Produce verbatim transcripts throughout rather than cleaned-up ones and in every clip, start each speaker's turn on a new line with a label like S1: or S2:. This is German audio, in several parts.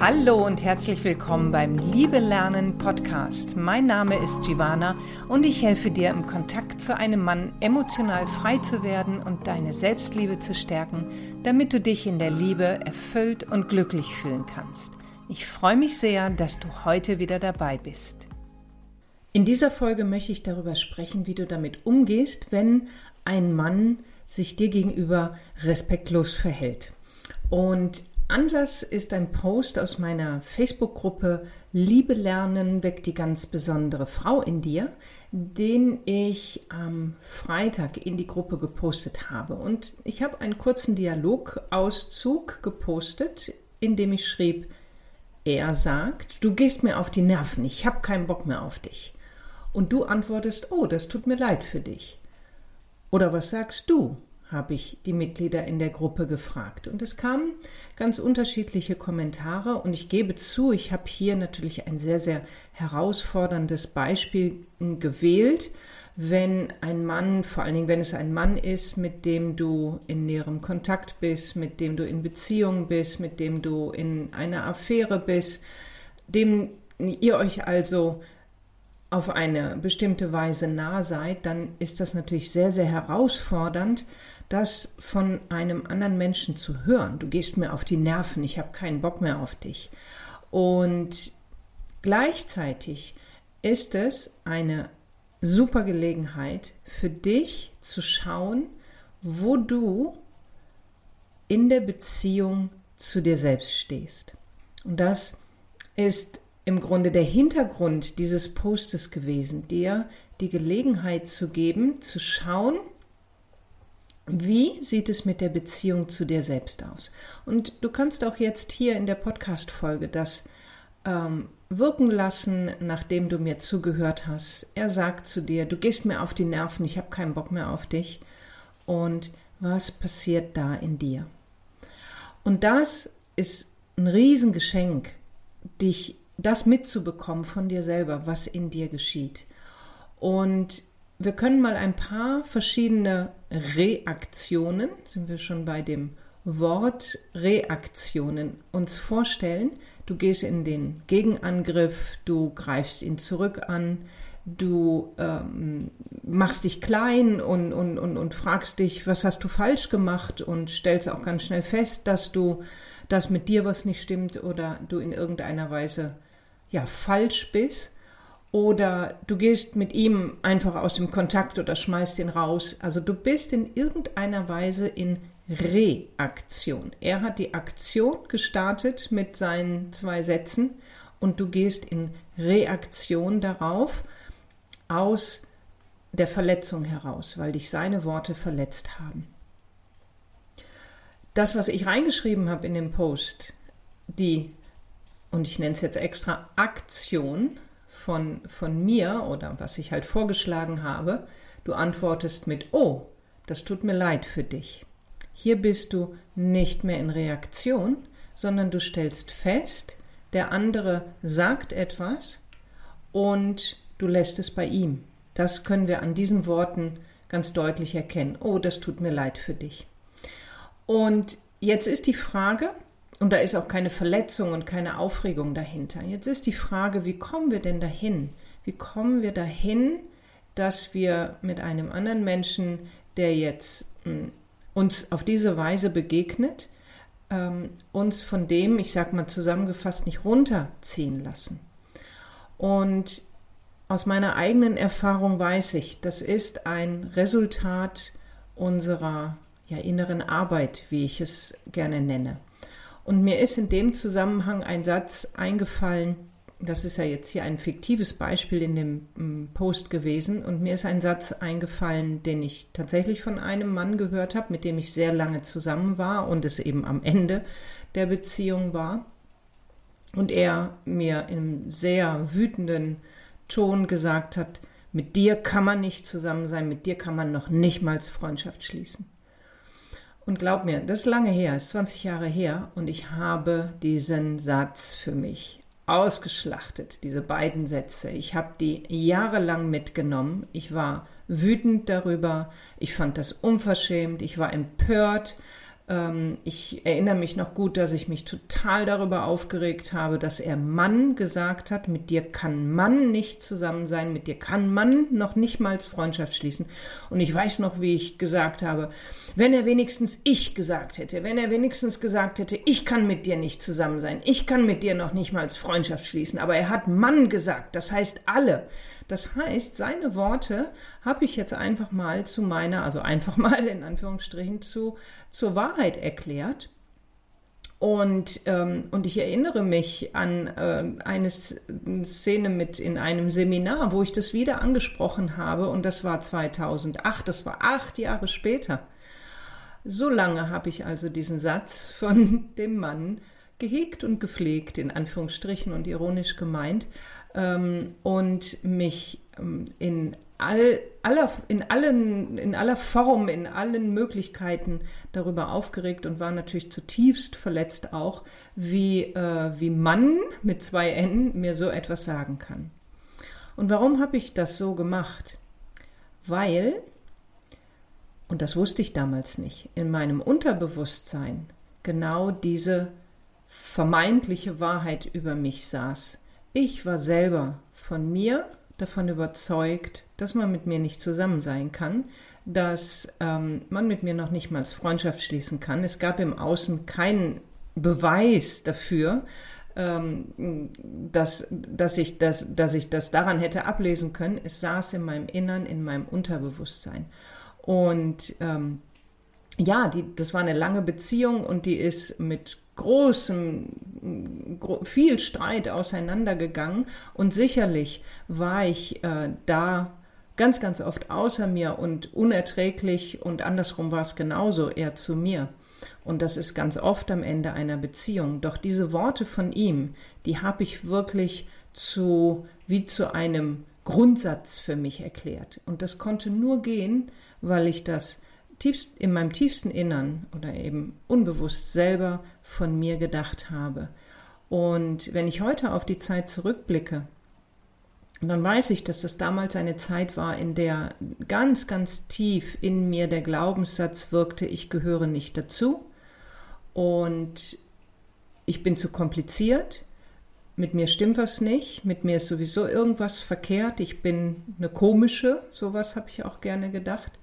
S1: Hallo und herzlich willkommen beim Liebe lernen Podcast. Mein Name ist Giovanna und ich helfe dir im Kontakt zu einem Mann emotional frei zu werden und deine Selbstliebe zu stärken, damit du dich in der Liebe erfüllt und glücklich fühlen kannst. Ich freue mich sehr, dass du heute wieder dabei bist. In dieser Folge möchte ich darüber sprechen, wie du damit umgehst, wenn ein Mann sich dir gegenüber respektlos verhält. Und Anlass ist ein Post aus meiner Facebook-Gruppe Liebe lernen weckt die ganz besondere Frau in dir, den ich am Freitag in die Gruppe gepostet habe. Und ich habe einen kurzen Dialogauszug gepostet, in dem ich schrieb, er sagt, du gehst mir auf die Nerven, ich habe keinen Bock mehr auf dich. Und du antwortest, oh, das tut mir leid für dich. Oder was sagst du? Habe ich die Mitglieder in der Gruppe gefragt. Und es kamen ganz unterschiedliche Kommentare und ich gebe zu, ich habe hier natürlich ein sehr, sehr herausforderndes Beispiel gewählt, wenn ein Mann, vor allen Dingen wenn es ein Mann ist, mit dem du in näherem Kontakt bist, mit dem du in Beziehung bist, mit dem du in einer Affäre bist, dem ihr euch also auf eine bestimmte Weise nah seid, dann ist das natürlich sehr, sehr herausfordernd, das von einem anderen Menschen zu hören. Du gehst mir auf die Nerven, ich habe keinen Bock mehr auf dich. Und gleichzeitig ist es eine super Gelegenheit für dich zu schauen, wo du in der Beziehung zu dir selbst stehst. Und das ist im Grunde der Hintergrund dieses Postes gewesen, dir die Gelegenheit zu geben, zu schauen, wie sieht es mit der Beziehung zu dir selbst aus. Und du kannst auch jetzt hier in der Podcast-Folge das ähm, wirken lassen, nachdem du mir zugehört hast. Er sagt zu dir, du gehst mir auf die Nerven, ich habe keinen Bock mehr auf dich. Und was passiert da in dir? Und das ist ein Riesengeschenk, dich das mitzubekommen von dir selber, was in dir geschieht. Und wir können mal ein paar verschiedene Reaktionen, sind wir schon bei dem Wort Reaktionen, uns vorstellen. Du gehst in den Gegenangriff, du greifst ihn zurück an, du ähm, machst dich klein und, und, und, und fragst dich, was hast du falsch gemacht und stellst auch ganz schnell fest, dass du, dass mit dir was nicht stimmt oder du in irgendeiner Weise ja, falsch bist oder du gehst mit ihm einfach aus dem Kontakt oder schmeißt ihn raus. Also du bist in irgendeiner Weise in Reaktion. Er hat die Aktion gestartet mit seinen zwei Sätzen und du gehst in Reaktion darauf aus der Verletzung heraus, weil dich seine Worte verletzt haben. Das, was ich reingeschrieben habe in dem Post, die und ich nenne es jetzt extra Aktion von, von mir oder was ich halt vorgeschlagen habe, du antwortest mit, oh, das tut mir leid für dich. Hier bist du nicht mehr in Reaktion, sondern du stellst fest, der andere sagt etwas und du lässt es bei ihm. Das können wir an diesen Worten ganz deutlich erkennen. Oh, das tut mir leid für dich. Und jetzt ist die Frage, und da ist auch keine Verletzung und keine Aufregung dahinter. Jetzt ist die Frage, wie kommen wir denn dahin? Wie kommen wir dahin, dass wir mit einem anderen Menschen, der jetzt mh, uns auf diese Weise begegnet, ähm, uns von dem, ich sag mal zusammengefasst, nicht runterziehen lassen? Und aus meiner eigenen Erfahrung weiß ich, das ist ein Resultat unserer ja, inneren Arbeit, wie ich es gerne nenne. Und mir ist in dem Zusammenhang ein Satz eingefallen, das ist ja jetzt hier ein fiktives Beispiel in dem Post gewesen, und mir ist ein Satz eingefallen, den ich tatsächlich von einem Mann gehört habe, mit dem ich sehr lange zusammen war und es eben am Ende der Beziehung war. Und er mir im sehr wütenden Ton gesagt hat, mit dir kann man nicht zusammen sein, mit dir kann man noch nicht mal Freundschaft schließen. Und glaub mir, das ist lange her, ist zwanzig Jahre her und ich habe diesen Satz für mich ausgeschlachtet, diese beiden Sätze. Ich habe die jahrelang mitgenommen. Ich war wütend darüber, ich fand das unverschämt, ich war empört, Ich erinnere mich noch gut, dass ich mich total darüber aufgeregt habe, dass er Mann gesagt hat, mit dir kann Mann nicht zusammen sein, mit dir kann Mann noch nicht mal Freundschaft schließen. Und ich weiß noch, wie ich gesagt habe, wenn er wenigstens ich gesagt hätte, wenn er wenigstens gesagt hätte, ich kann mit dir nicht zusammen sein, ich kann mit dir noch nicht mal Freundschaft schließen, aber er hat Mann gesagt, das heißt alle. Das heißt, seine Worte habe ich jetzt einfach mal zu meiner, also einfach mal in Anführungsstrichen zu, zur Wahrheit erklärt. Und, ähm, und ich erinnere mich an äh, eine Szene mit in einem Seminar, wo ich das wieder angesprochen habe, und das war zweitausendacht, das war acht Jahre später. So lange habe ich also diesen Satz von dem Mann gehegt und gepflegt, in Anführungsstrichen und ironisch gemeint, ähm, und mich ähm, in all, aller, in allen, in aller Form, in allen Möglichkeiten darüber aufgeregt und war natürlich zutiefst verletzt auch, wie, äh, wie Mann mit zwei N mir so etwas sagen kann. Und warum habe ich das so gemacht? Weil, und das wusste ich damals nicht, in meinem Unterbewusstsein genau diese vermeintliche Wahrheit über mich saß. Ich war selber von mir davon überzeugt, dass man mit mir nicht zusammen sein kann, dass ähm, man mit mir noch nicht mal Freundschaft schließen kann. Es gab im Außen keinen Beweis dafür, ähm, dass, dass, ich das, dass ich das daran hätte ablesen können. Es saß in meinem Innern, in meinem Unterbewusstsein. Und ähm, ja, die, das war eine lange Beziehung und die ist mit großem, gro- viel Streit auseinandergegangen. Und sicherlich war ich äh, da ganz, ganz oft außer mir und unerträglich, und andersrum war es genauso, eher zu mir. Und das ist ganz oft am Ende einer Beziehung. Doch diese Worte von ihm, die habe ich wirklich zu, wie zu einem Grundsatz für mich erklärt. Und das konnte nur gehen, weil ich das tiefst, in meinem tiefsten Innern oder eben unbewusst selber von mir gedacht habe. Und wenn ich heute auf die Zeit zurückblicke, dann weiß ich, dass das damals eine Zeit war, in der ganz, ganz tief in mir der Glaubenssatz wirkte, ich gehöre nicht dazu und ich bin zu kompliziert, mit mir stimmt was nicht, mit mir ist sowieso irgendwas verkehrt, ich bin eine komische, sowas habe ich auch gerne gedacht.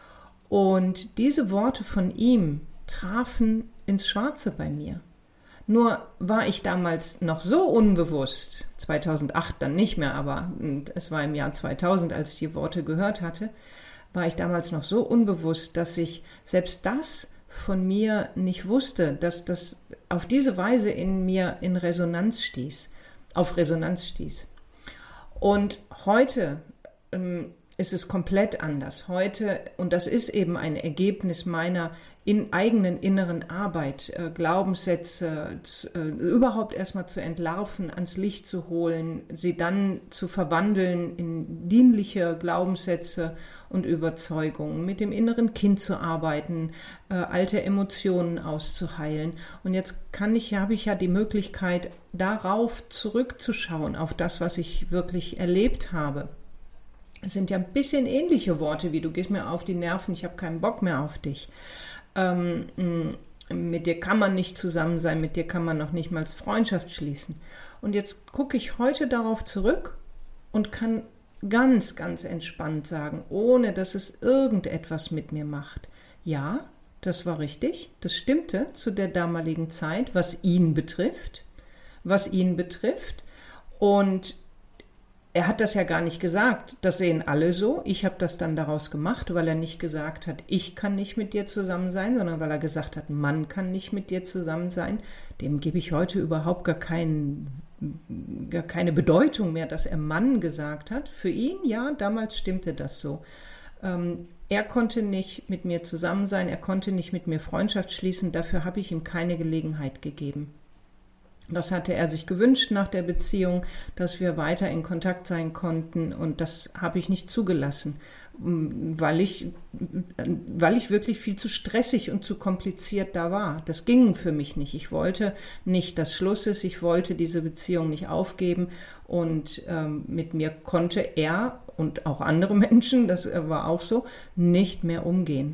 S1: Und diese Worte von ihm trafen ins Schwarze bei mir. Nur war ich damals noch so unbewusst, zweitausendacht dann nicht mehr, aber es war im Jahr zweitausend, als ich die Worte gehört hatte, war ich damals noch so unbewusst, dass ich selbst das von mir nicht wusste, dass das auf diese Weise in mir in Resonanz stieß, auf Resonanz stieß. Und heute ähm, ist es komplett anders. Heute, und das ist eben ein Ergebnis meiner in eigenen inneren Arbeit, äh, Glaubenssätze äh, überhaupt erstmal zu entlarven, ans Licht zu holen, sie dann zu verwandeln in dienliche Glaubenssätze und Überzeugungen, mit dem inneren Kind zu arbeiten, äh, alte Emotionen auszuheilen. Und jetzt kann ich, habe ich ja die Möglichkeit, darauf zurückzuschauen, auf das, was ich wirklich erlebt habe. Es sind ja ein bisschen ähnliche Worte, wie du gehst mir auf die Nerven, ich habe keinen Bock mehr auf dich. Ähm, mit dir kann man nicht zusammen sein, mit dir kann man noch nicht mal Freundschaft schließen. Und jetzt gucke ich heute darauf zurück und kann ganz, ganz entspannt sagen, ohne dass es irgendetwas mit mir macht. Ja, das war richtig, das stimmte zu der damaligen Zeit, was ihn betrifft, was ihn betrifft. Und er hat das ja gar nicht gesagt, das sehen alle so. Ich habe das dann daraus gemacht, weil er nicht gesagt hat, ich kann nicht mit dir zusammen sein, sondern weil er gesagt hat, Mann kann nicht mit dir zusammen sein. Dem gebe ich heute überhaupt gar, kein, gar keine Bedeutung mehr, dass er Mann gesagt hat. Für ihn, ja, damals stimmte das so. Ähm, er konnte nicht mit mir zusammen sein, er konnte nicht mit mir Freundschaft schließen, dafür habe ich ihm keine Gelegenheit gegeben. Das hatte er sich gewünscht nach der Beziehung, dass wir weiter in Kontakt sein konnten, und das habe ich nicht zugelassen, weil ich, weil ich wirklich viel zu stressig und zu kompliziert da war. Das ging für mich nicht. Ich wollte nicht, dass Schluss ist, ich wollte diese Beziehung nicht aufgeben, und ähm, mit mir konnte er und auch andere Menschen, das war auch so, nicht mehr umgehen.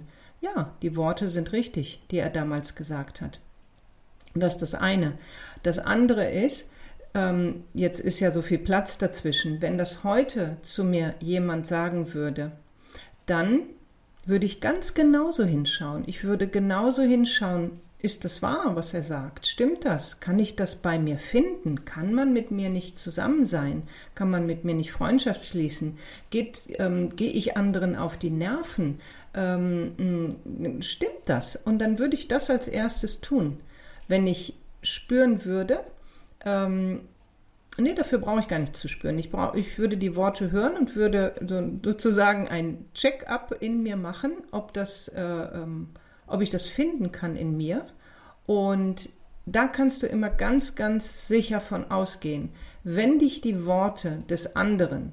S1: ja, die Worte sind richtig, die er damals gesagt hat. Das ist das eine. Das andere ist, ähm, jetzt ist ja so viel Platz dazwischen, wenn das heute zu mir jemand sagen würde, dann würde ich ganz genauso hinschauen. Ich würde genauso hinschauen, ist das wahr, was er sagt? Stimmt das? Kann ich das bei mir finden? Kann man mit mir nicht zusammen sein? Kann man mit mir nicht Freundschaft schließen? Geht, ähm, gehe ich anderen auf die Nerven? Ähm, stimmt das? Und dann würde ich das als erstes tun. Wenn ich spüren würde, ähm, nee, dafür brauche ich gar nicht zu spüren. Ich, brauch, ich würde die Worte hören und würde so, sozusagen ein Check-up in mir machen, ob das... Äh, ähm, ob ich das finden kann in mir. Und da kannst du immer ganz, ganz sicher von ausgehen, wenn dich die Worte des anderen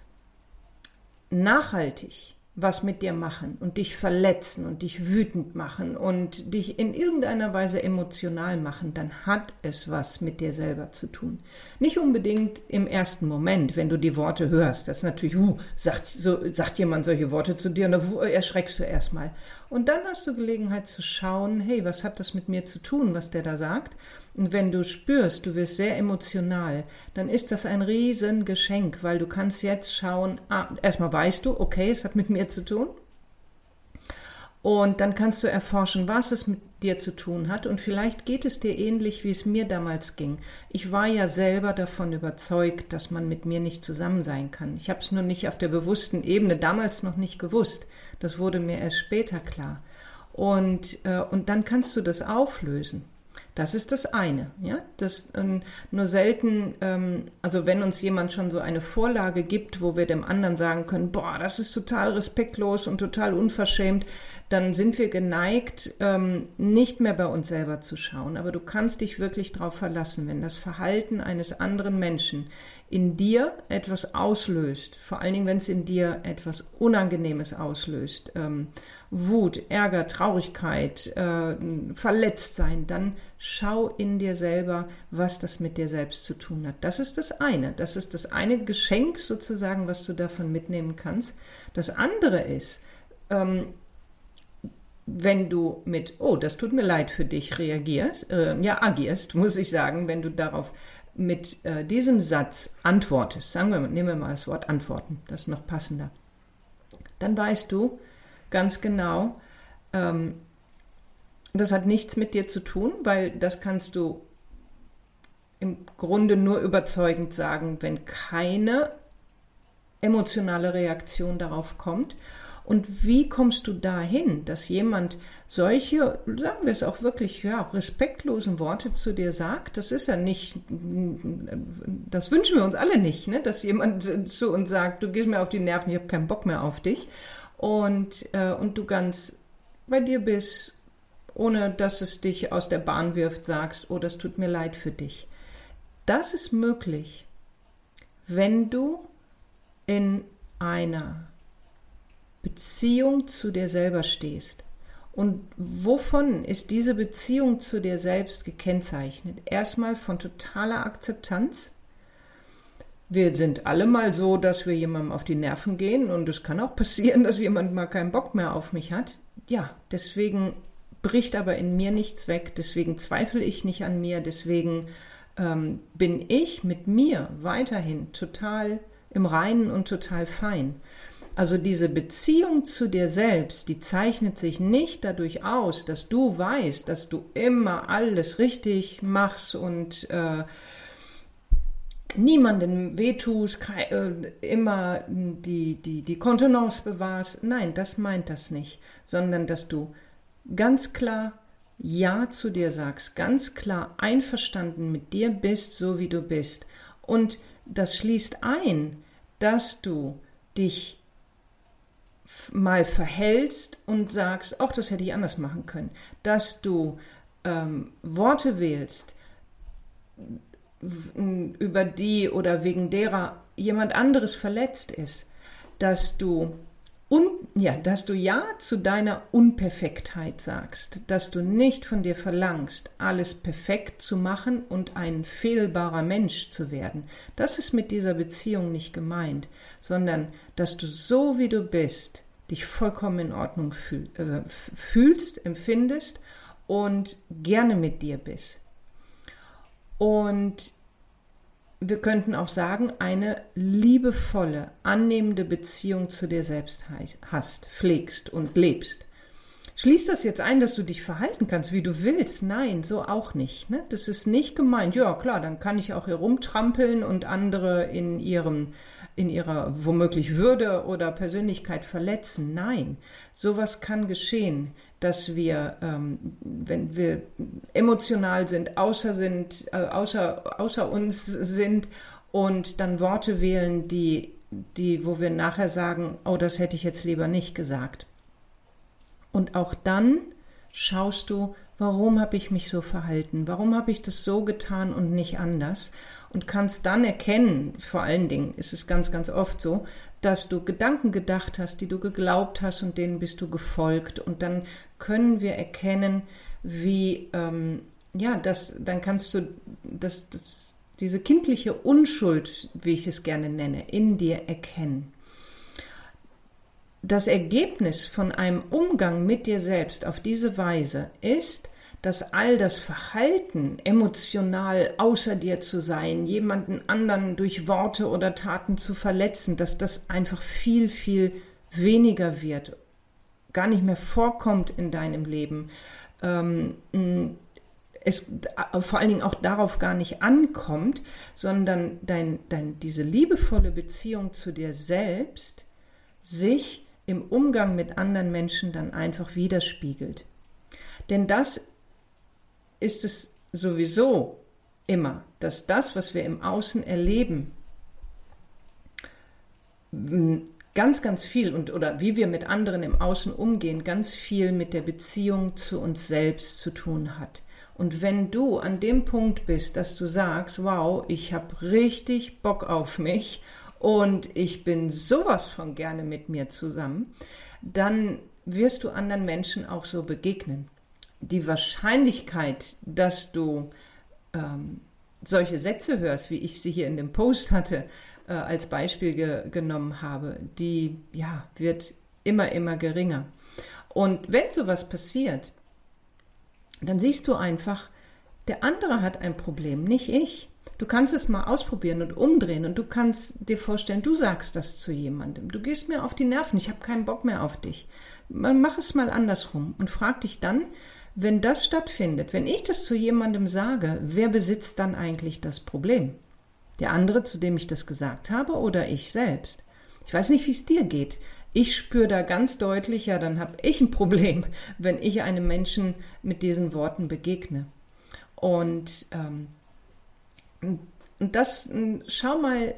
S1: nachhaltig was mit dir machen und dich verletzen und dich wütend machen und dich in irgendeiner Weise emotional machen, dann hat es was mit dir selber zu tun. Nicht unbedingt im ersten Moment, wenn du die Worte hörst. Das ist natürlich, uh, sagt, so, sagt jemand solche Worte zu dir und da uh, erschreckst du erstmal. Und dann hast du Gelegenheit zu schauen, hey, was hat das mit mir zu tun, was der da sagt? Und wenn du spürst, du wirst sehr emotional, dann ist das ein Riesengeschenk, weil du kannst jetzt schauen, ah, erstmal weißt du, okay, es hat mit mir zu tun. Und dann kannst du erforschen, was es mit dir zu tun hat. Und vielleicht geht es dir ähnlich, wie es mir damals ging. Ich war ja selber davon überzeugt, dass man mit mir nicht zusammen sein kann. Ich habe es nur nicht auf der bewussten Ebene damals noch nicht gewusst. Das wurde mir erst später klar. Und, äh, und dann kannst du das auflösen. Das ist das eine, ja. Das ähm, nur selten, ähm, also wenn uns jemand schon so eine Vorlage gibt, wo wir dem anderen sagen können, boah, das ist total respektlos und total unverschämt, dann sind wir geneigt, ähm, nicht mehr bei uns selber zu schauen. Aber du kannst dich wirklich darauf verlassen, wenn das Verhalten eines anderen Menschen in dir etwas auslöst, vor allen Dingen, wenn es in dir etwas Unangenehmes auslöst, ähm, Wut, Ärger, Traurigkeit, äh, Verletztsein, dann schau in dir selber, was das mit dir selbst zu tun hat. Das ist das eine. Das ist das eine Geschenk sozusagen, was du davon mitnehmen kannst. Das andere ist, ähm, wenn du mit, oh, das tut mir leid für dich, reagierst, äh, ja, agierst, muss ich sagen, wenn du darauf mit äh, diesem Satz antwortest, sagen wir mal, nehmen wir mal das Wort antworten, das ist noch passender, dann weißt du ganz genau, ähm, das hat nichts mit dir zu tun, weil das kannst du im Grunde nur überzeugend sagen, wenn keine emotionale Reaktion darauf kommt. Und wie kommst du dahin, dass jemand solche, sagen wir es auch wirklich, ja, respektlosen Worte zu dir sagt? Das ist ja nicht, das wünschen wir uns alle nicht, ne? Dass jemand zu uns sagt, du gehst mir auf die Nerven, ich habe keinen Bock mehr auf dich. Und, äh, und du ganz bei dir bist, ohne dass es dich aus der Bahn wirft, sagst, oh, das tut mir leid für dich. Das ist möglich, wenn du in einer Beziehung zu dir selber stehst. Und wovon ist diese Beziehung zu dir selbst gekennzeichnet? Erstmal von totaler Akzeptanz. Wir sind alle mal so, dass wir jemandem auf die Nerven gehen und es kann auch passieren, dass jemand mal keinen Bock mehr auf mich hat. Ja, deswegen bricht aber in mir nichts weg, deswegen zweifle ich nicht an mir, deswegen ähm, bin ich mit mir weiterhin total im Reinen und total fein. Also diese Beziehung zu dir selbst, die zeichnet sich nicht dadurch aus, dass du weißt, dass du immer alles richtig machst und äh, niemandem wehtust, äh, immer die, die, die Kontenance bewahrst. Nein, das meint das nicht, sondern dass du ganz klar Ja zu dir sagst, ganz klar einverstanden mit dir bist, so wie du bist. Und das schließt ein, dass du dich mal verhältst und sagst, ach, das hätte ich anders machen können, dass du ähm, Worte wählst, über die oder wegen derer jemand anderes verletzt ist, dass du un, ja, dass du Ja zu deiner Unperfektheit sagst, dass du nicht von dir verlangst, alles perfekt zu machen und ein fehlbarer Mensch zu werden. Das ist mit dieser Beziehung nicht gemeint, sondern dass du so wie du bist, dich vollkommen in Ordnung fühl, äh, fühlst, empfindest und gerne mit dir bist. Und wir könnten auch sagen, eine liebevolle, annehmende Beziehung zu dir selbst hast, pflegst und lebst. Schließt das jetzt ein, dass du dich verhalten kannst, wie du willst? Nein, so auch nicht. Ne? Das ist nicht gemeint. Ja, klar, dann kann ich auch hier rumtrampeln und andere in ihrem, in ihrer womöglich Würde oder Persönlichkeit verletzen. Nein, sowas kann geschehen, dass wir, ähm, wenn wir emotional sind, außer, sind äh, außer, außer uns sind und dann Worte wählen, die, die, wo wir nachher sagen, oh, das hätte ich jetzt lieber nicht gesagt. Und auch dann schaust du, warum habe ich mich so verhalten? Warum habe ich das so getan und nicht anders? Und kannst dann erkennen, vor allen Dingen ist es ganz, ganz oft so, dass du Gedanken gedacht hast, die du geglaubt hast und denen bist du gefolgt. Und dann können wir erkennen, wie, ähm, ja, das, dann kannst du das, das, diese kindliche Unschuld, wie ich es gerne nenne, in dir erkennen. Das Ergebnis von einem Umgang mit dir selbst auf diese Weise ist, dass all das Verhalten, emotional außer dir zu sein, jemanden anderen durch Worte oder Taten zu verletzen, dass das einfach viel, viel weniger wird, gar nicht mehr vorkommt in deinem Leben. Ähm, es vor allen Dingen auch darauf gar nicht ankommt, sondern dein, dein, diese liebevolle Beziehung zu dir selbst sich im Umgang mit anderen Menschen dann einfach widerspiegelt. Denn das ist es sowieso immer, dass das, was wir im Außen erleben, ganz, ganz viel und oder wie wir mit anderen im Außen umgehen, ganz viel mit der Beziehung zu uns selbst zu tun hat. Und wenn du an dem Punkt bist, dass du sagst, wow, ich habe richtig Bock auf mich und ich bin sowas von gerne mit mir zusammen, dann wirst du anderen Menschen auch so begegnen. Die Wahrscheinlichkeit, dass du ähm, solche Sätze hörst, wie ich sie hier in dem Post hatte, äh, als Beispiel ge- genommen habe, die ja, wird immer, immer geringer. Und wenn sowas passiert, dann siehst du einfach, der andere hat ein Problem, nicht ich. Du kannst es mal ausprobieren und umdrehen und du kannst dir vorstellen, du sagst das zu jemandem. Du gehst mir auf die Nerven, ich habe keinen Bock mehr auf dich. Mach es mal andersrum und frag dich dann, wenn das stattfindet, wenn ich das zu jemandem sage, wer besitzt dann eigentlich das Problem? Der andere, zu dem ich das gesagt habe, oder ich selbst? Ich weiß nicht, wie es dir geht. Ich spüre da ganz deutlich, ja, dann habe ich ein Problem, wenn ich einem Menschen mit diesen Worten begegne. Und ähm, Und das, schau mal,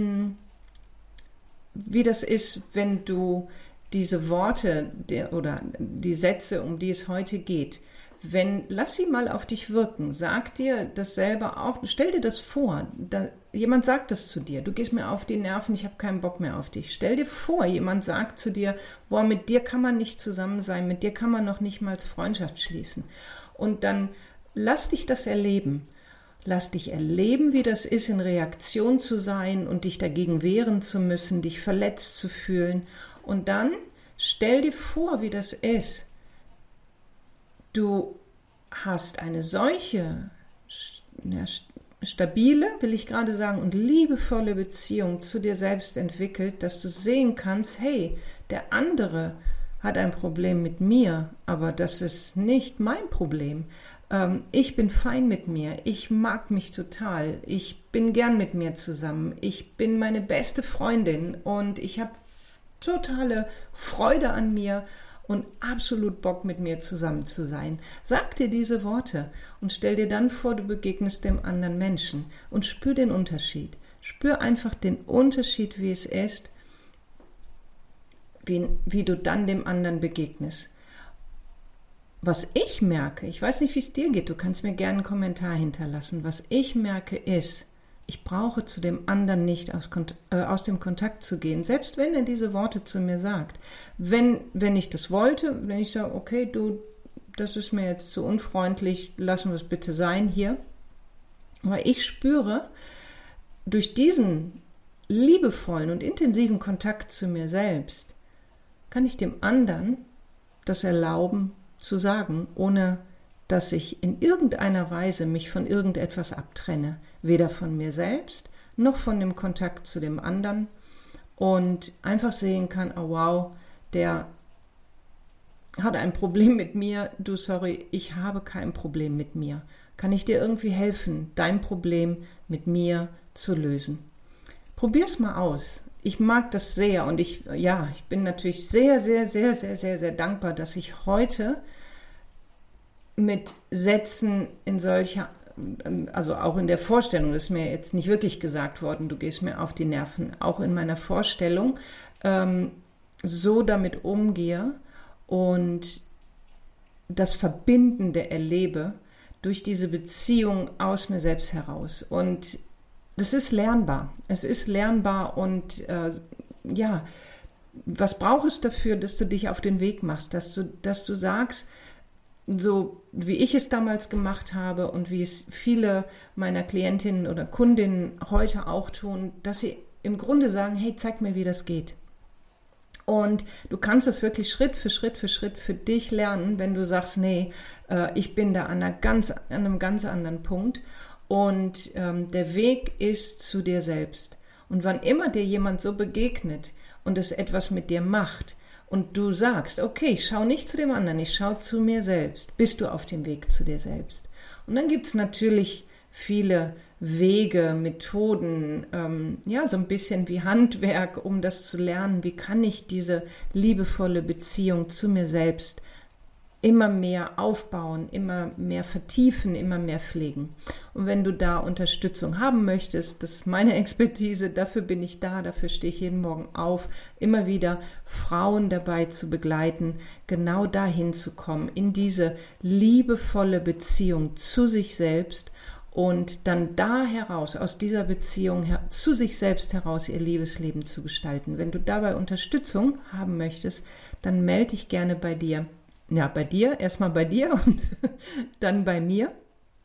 S1: wie das ist, wenn du diese Worte oder die Sätze, um die es heute geht, wenn, lass sie mal auf dich wirken, sag dir das selber auch, stell dir das vor, da, jemand sagt das zu dir, du gehst mir auf die Nerven, ich habe keinen Bock mehr auf dich. Stell dir vor, jemand sagt zu dir, boah, mit dir kann man nicht zusammen sein, mit dir kann man noch nicht mal Freundschaft schließen. Und dann lass dich das erleben. Lass dich erleben, wie das ist, in Reaktion zu sein und dich dagegen wehren zu müssen, dich verletzt zu fühlen. Und dann stell dir vor, wie das ist. Du hast eine solche ja, stabile, will ich gerade sagen, und liebevolle Beziehung zu dir selbst entwickelt, dass du sehen kannst, hey, der andere hat ein Problem mit mir, aber das ist nicht mein Problem. Ich bin fein mit mir, ich mag mich total, ich bin gern mit mir zusammen, ich bin meine beste Freundin und ich habe totale Freude an mir und absolut Bock, mit mir zusammen zu sein. Sag dir diese Worte und stell dir dann vor, du begegnest dem anderen Menschen und spür den Unterschied. Spür einfach den Unterschied, wie es ist, wie, wie du dann dem anderen begegnest. Was ich merke, ich weiß nicht, wie es dir geht, du kannst mir gerne einen Kommentar hinterlassen. Was ich merke ist, ich brauche zu dem anderen nicht aus, äh, aus dem Kontakt zu gehen, selbst wenn er diese Worte zu mir sagt. Wenn, wenn ich das wollte, wenn ich sage, okay, du, das ist mir jetzt zu unfreundlich, lassen wir es bitte sein hier. Aber ich spüre, durch diesen liebevollen und intensiven Kontakt zu mir selbst, kann ich dem anderen das erlauben zu sagen, ohne dass ich in irgendeiner Weise mich von irgendetwas abtrenne, weder von mir selbst noch von dem Kontakt zu dem anderen und einfach sehen kann, oh wow, der hat ein Problem mit mir, du sorry, ich habe kein Problem mit mir. Kann ich dir irgendwie helfen, dein Problem mit mir zu lösen? Probier's mal aus. Ich mag das sehr und ich, ja, ich bin natürlich sehr, sehr, sehr, sehr, sehr, sehr dankbar, dass ich heute mit Sätzen in solcher, also auch in der Vorstellung, das ist mir jetzt nicht wirklich gesagt worden, du gehst mir auf die Nerven, auch in meiner Vorstellung, ähm, so damit umgehe und das Verbindende erlebe durch diese Beziehung aus mir selbst heraus. Und das ist lernbar. Es ist lernbar und äh, ja, was brauchst du dafür, dass du dich auf den Weg machst, dass du, dass du sagst, so wie ich es damals gemacht habe und wie es viele meiner Klientinnen oder Kundinnen heute auch tun, dass sie im Grunde sagen, hey, zeig mir, wie das geht. Und du kannst es wirklich Schritt für Schritt für Schritt für dich lernen, wenn du sagst, nee, äh, ich bin da an, einer ganz, an einem ganz anderen Punkt und ähm, der Weg ist zu dir selbst. Und wann immer dir jemand so begegnet und es etwas mit dir macht, und du sagst, okay, ich schaue nicht zu dem anderen, ich schaue zu mir selbst, bist du auf dem Weg zu dir selbst. Und dann gibt es natürlich viele Wege, Methoden, ähm, ja, so ein bisschen wie Handwerk, um das zu lernen, wie kann ich diese liebevolle Beziehung zu mir selbst immer mehr aufbauen, immer mehr vertiefen, immer mehr pflegen. Und wenn du da Unterstützung haben möchtest, das ist meine Expertise, dafür bin ich da, dafür stehe ich jeden Morgen auf, immer wieder Frauen dabei zu begleiten, genau dahin zu kommen, in diese liebevolle Beziehung zu sich selbst und dann da heraus, aus dieser Beziehung her, zu sich selbst heraus ihr Liebesleben zu gestalten. Wenn du dabei Unterstützung haben möchtest, dann melde dich gerne bei dir. Ja, bei dir, erstmal bei dir und dann bei mir.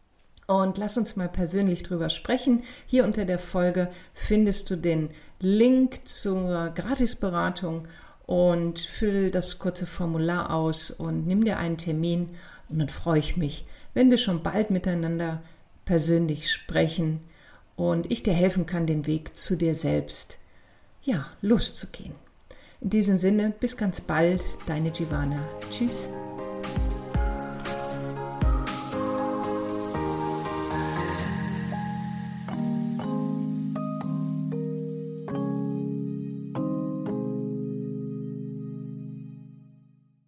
S1: Und lass uns mal persönlich drüber sprechen. Hier unter der Folge findest du den Link zur Gratisberatung und füll das kurze Formular aus und nimm dir einen Termin. Und dann freue ich mich, wenn wir schon bald miteinander persönlich sprechen und ich dir helfen kann, den Weg zu dir selbst, ja, loszugehen. In diesem Sinne, bis ganz bald, deine Giovanna. Tschüss.